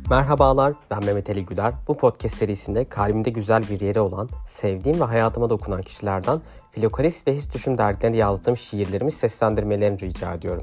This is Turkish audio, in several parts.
Merhabalar, ben Mehmet Ali Güler. Bu podcast serisinde kalbimde güzel bir yeri olan, sevdiğim ve hayatıma dokunan kişilerden Filokalis ve His Düşüm dergilerinde yazdığım şiirlerimi seslendirmelerini rica ediyorum.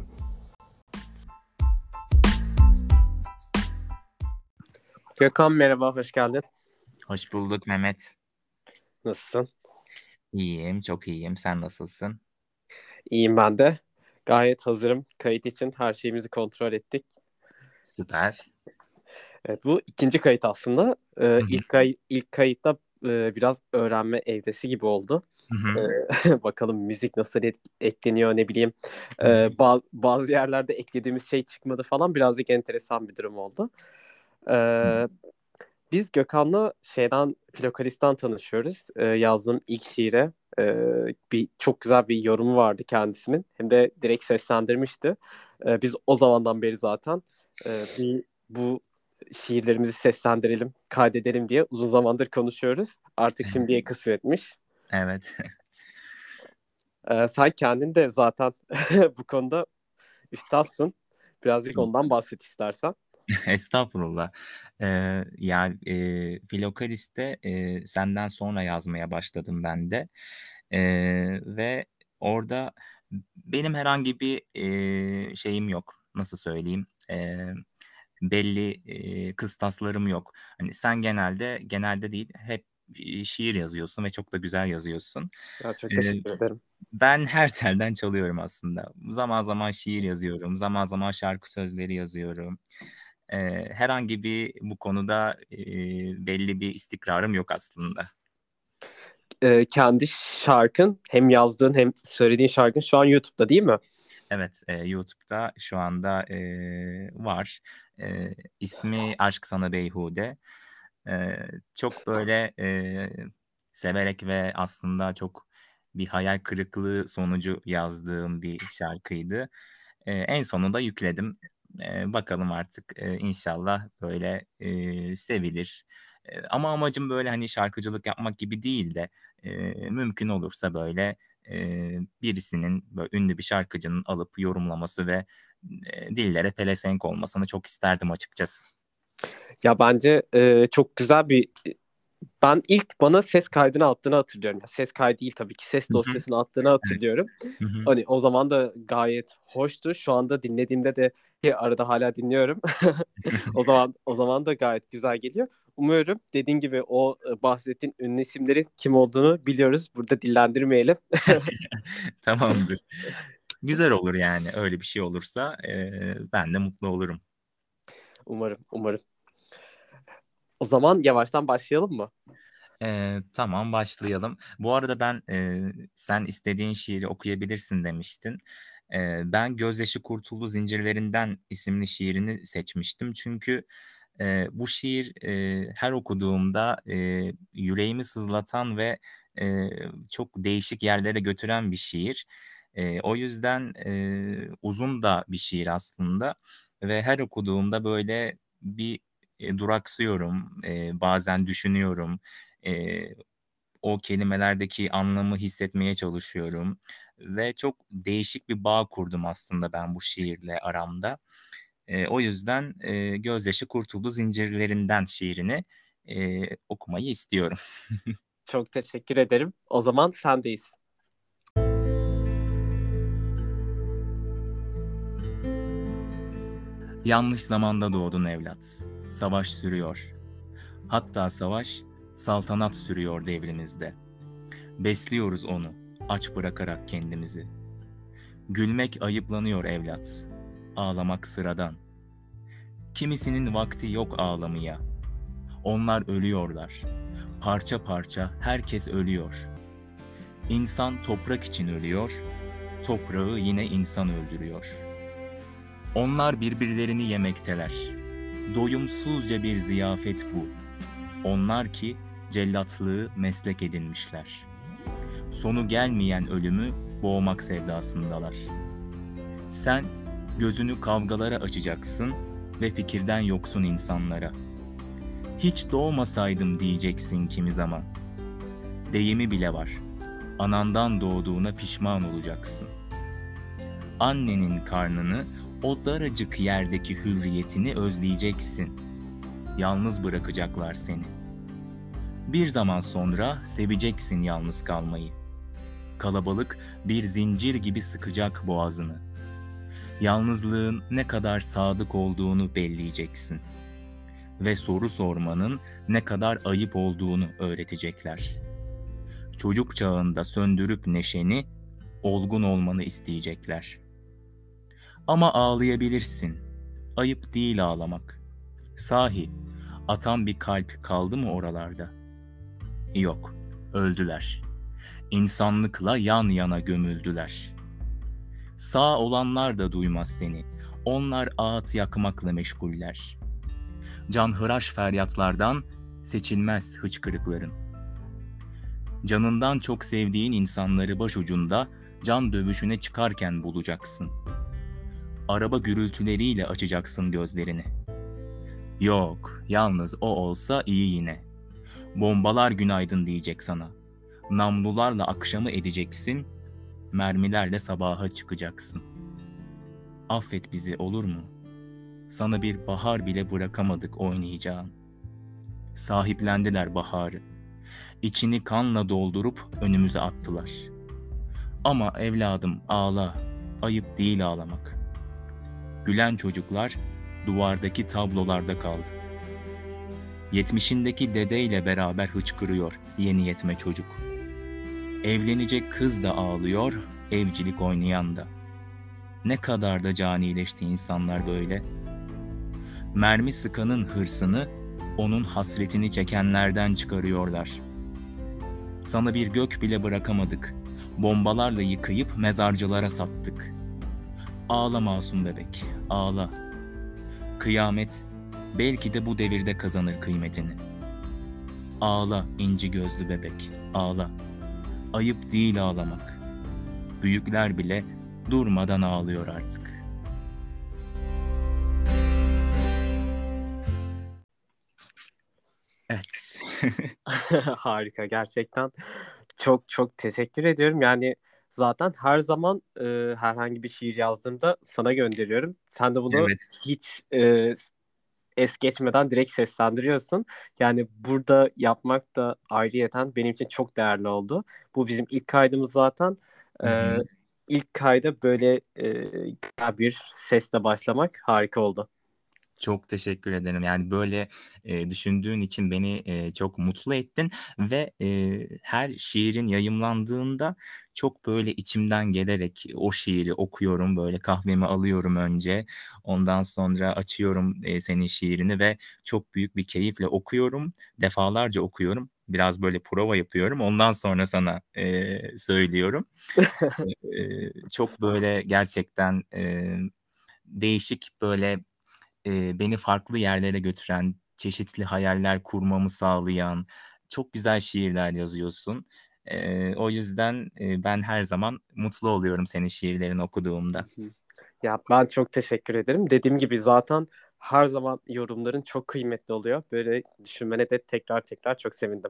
Gökhan merhaba, hoş geldin. Hoş bulduk Mehmet. Nasılsın? İyiyim, çok iyiyim. Sen nasılsın? İyiyim ben de. Gayet hazırım. Kayıt için her şeyimizi kontrol ettik. Süper. Evet, bu ikinci kayıt aslında. Hı hı. İlk kayıtta biraz öğrenme evresi gibi oldu. Hı hı. Bakalım müzik nasıl ekleniyor ne bileyim. Hı hı. Bazı yerlerde eklediğimiz şey çıkmadı falan. Birazcık enteresan bir durum oldu. Ee, Biz Gökhan'la Filokalis'ten tanışıyoruz. Yazdığım ilk şiire bir çok güzel bir yorumu vardı kendisinin. Hem de direkt seslendirmişti. Biz o zamandan beri zaten bu şiirlerimizi seslendirelim, kaydedelim diye uzun zamandır konuşuyoruz. Artık Evet. şimdiye kısmetmiş. Evet. Sen kendin de zaten bu konuda üstadsın. Birazcık ondan bahset istersen. Estağfurullah. Filokalis'te senden sonra yazmaya başladım ben de. Ve orada benim herhangi bir şeyim yok. Nasıl söyleyeyim? Belli kıstaslarım yok. Hani sen genelde değil hep şiir yazıyorsun ve çok da güzel yazıyorsun. Ya, çok Ee, teşekkür ederim. Ben her telden çalıyorum aslında. Zaman zaman şiir yazıyorum, zaman zaman şarkı sözleri yazıyorum. Herhangi bir bu konuda belli bir istikrarım yok aslında. Kendi şarkın hem yazdığın hem söylediğin şarkın şu an YouTube'da değil mi? Evet, YouTube'da şu anda var. İsmi Aşk Sana Beyhude. Çok böyle severek ve aslında çok bir hayal kırıklığı sonucu yazdığım bir şarkıydı. En sonunda yükledim. Bakalım artık inşallah böyle sevilir. Ama amacım böyle hani şarkıcılık yapmak gibi değil de mümkün olursa böyle birisinin böyle ünlü bir şarkıcının alıp yorumlaması ve dillere pelesenk olmasını çok isterdim açıkçası. Ya bence çok güzel bir... Ben ilk bana ses kaydını attığını hatırlıyorum. Ya ses kaydı değil tabii ki, ses Hı hı. dosyasını attığını Evet. hatırlıyorum. Hı hı. Hani o zaman da gayet hoştu. Şu anda dinlediğimde de ki arada hala dinliyorum. O zaman da gayet güzel geliyor. Umuyorum dediğin gibi o bahsettiğin ünlü isimlerin kim olduğunu biliyoruz. Burada dillendirmeyelim. Tamamdır. Güzel olur yani öyle bir şey olursa ben de mutlu olurum. Umarım. O zaman yavaştan başlayalım mı? Tamam başlayalım. Bu arada sen istediğin şiiri okuyabilirsin demiştin. Ben Gözyaşı Kurtuldu Zincirlerinden isimli şiirini seçmiştim. Çünkü bu şiir her okuduğumda yüreğimi sızlatan ve çok değişik yerlere götüren bir şiir. O yüzden uzun da bir şiir aslında ve her okuduğumda böyle bir duraksıyorum, bazen düşünüyorum. E, O kelimelerdeki anlamı hissetmeye çalışıyorum ve çok değişik bir bağ kurdum aslında ben bu şiirle aramda. O yüzden Gözyaşı Kurtuldu Zincirlerinden şiirini okumayı istiyorum. Çok teşekkür ederim. O zaman sendeyiz. Yanlış zamanda doğdun evlat. Savaş sürüyor. Hatta savaş saltanat sürüyor devrimizde. Besliyoruz onu, aç bırakarak kendimizi. Gülmek ayıplanıyor evlat. Ağlamak sıradan. Kimisinin vakti yok ağlamaya. Onlar ölüyorlar. Parça parça herkes ölüyor. İnsan toprak için ölüyor. Toprağı yine insan öldürüyor. Onlar birbirlerini yemekteler. Doyumsuzca bir ziyafet bu. Onlar ki cellatlığı meslek edinmişler. Sonu gelmeyen ölümü boğmak sevdasındalar. Sen gözünü kavgalara açacaksın ve fikirden yoksun insanlara. Hiç doğmasaydım diyeceksin kimi zaman. Deyimi bile var. Anandan doğduğuna pişman olacaksın. Annenin karnını, o daracık yerdeki hürriyetini özleyeceksin. yalnız bırakacaklar seni. Bir zaman sonra seveceksin yalnız kalmayı. Kalabalık bir zincir gibi sıkacak boğazını. Yalnızlığın ne kadar sadık olduğunu belleyeceksin. Ve soru sormanın ne kadar ayıp olduğunu öğretecekler. Çocuk çağında söndürüp neşeni, olgun olmanı isteyecekler. Ama ağlayabilirsin. Ayıp değil ağlamak. Sahi, atan bir kalp kaldı mı oralarda? Yok, öldüler. İnsanlıkla yan yana gömüldüler. Sağ olanlar da duymaz seni. Onlar ağıt yakmakla meşguller. Canhıraş feryatlardan seçilmez hıçkırıkların. Canından çok sevdiğin insanları başucunda can dövüşüne çıkarken bulacaksın. Araba gürültüleriyle açacaksın gözlerini. Yok, yalnız o olsa iyi yine. Bombalar günaydın diyecek sana. Namlularla akşamı edeceksin, mermilerle sabaha çıkacaksın. Affet bizi olur mu? Sana bir bahar bile bırakamadık oynayacağın. Sahiplendiler baharı. İçini kanla doldurup önümüze attılar. Ama evladım ağla, ayıp değil ağlamak. Gülen çocuklar duvardaki tablolarda kaldı. Yetmişindeki dedeyle beraber hıçkırıyor yeni yetme çocuk. Evlenecek kız da ağlıyor, evcilik oynayan da. Ne kadar da canileşti insanlar böyle. Mermi sıkanın hırsını, onun hasretini çekenlerden çıkarıyorlar. Sana bir gök bile bırakamadık. Bombalarla yıkayıp mezarcılara sattık. Ağla masum bebek, ağla. Kıyamet belki de bu devirde kazanır kıymetini. Ağla inci gözlü bebek, ağla. Ayıp değil ağlamak. Büyükler bile durmadan ağlıyor artık. Evet. Harika gerçekten. Çok çok teşekkür ediyorum. Yani zaten her zaman herhangi bir şiir yazdığımda sana gönderiyorum. Sen de bunu Evet. hiç es geçmeden direkt seslendiriyorsun. Yani burada yapmak da ayrıyeten benim için çok değerli oldu. Bu bizim ilk kaydımız zaten. Hı E, hı. ilk kayda böyle güzel bir sesle başlamak harika oldu. Çok teşekkür ederim. Yani böyle düşündüğün için beni çok mutlu ettin ve her şiirin yayımlandığında çok böyle içimden gelerek o şiiri okuyorum. Böyle kahvemi alıyorum önce. Ondan sonra açıyorum senin şiirini ve çok büyük bir keyifle okuyorum. Defalarca okuyorum. Biraz böyle prova yapıyorum. Ondan sonra sana söylüyorum. Çok böyle gerçekten değişik böyle beni farklı yerlere götüren, çeşitli hayaller kurmamı sağlayan çok güzel şiirler yazıyorsun. O yüzden ben her zaman mutlu oluyorum senin şiirlerini okuduğumda. Ya ben çok teşekkür ederim. Dediğim gibi zaten her zaman yorumların çok kıymetli oluyor. Böyle düşünmene de tekrar tekrar çok sevindim.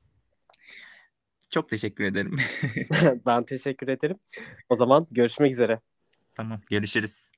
Çok teşekkür ederim. Ben teşekkür ederim. O zaman görüşmek üzere. Tamam, görüşürüz.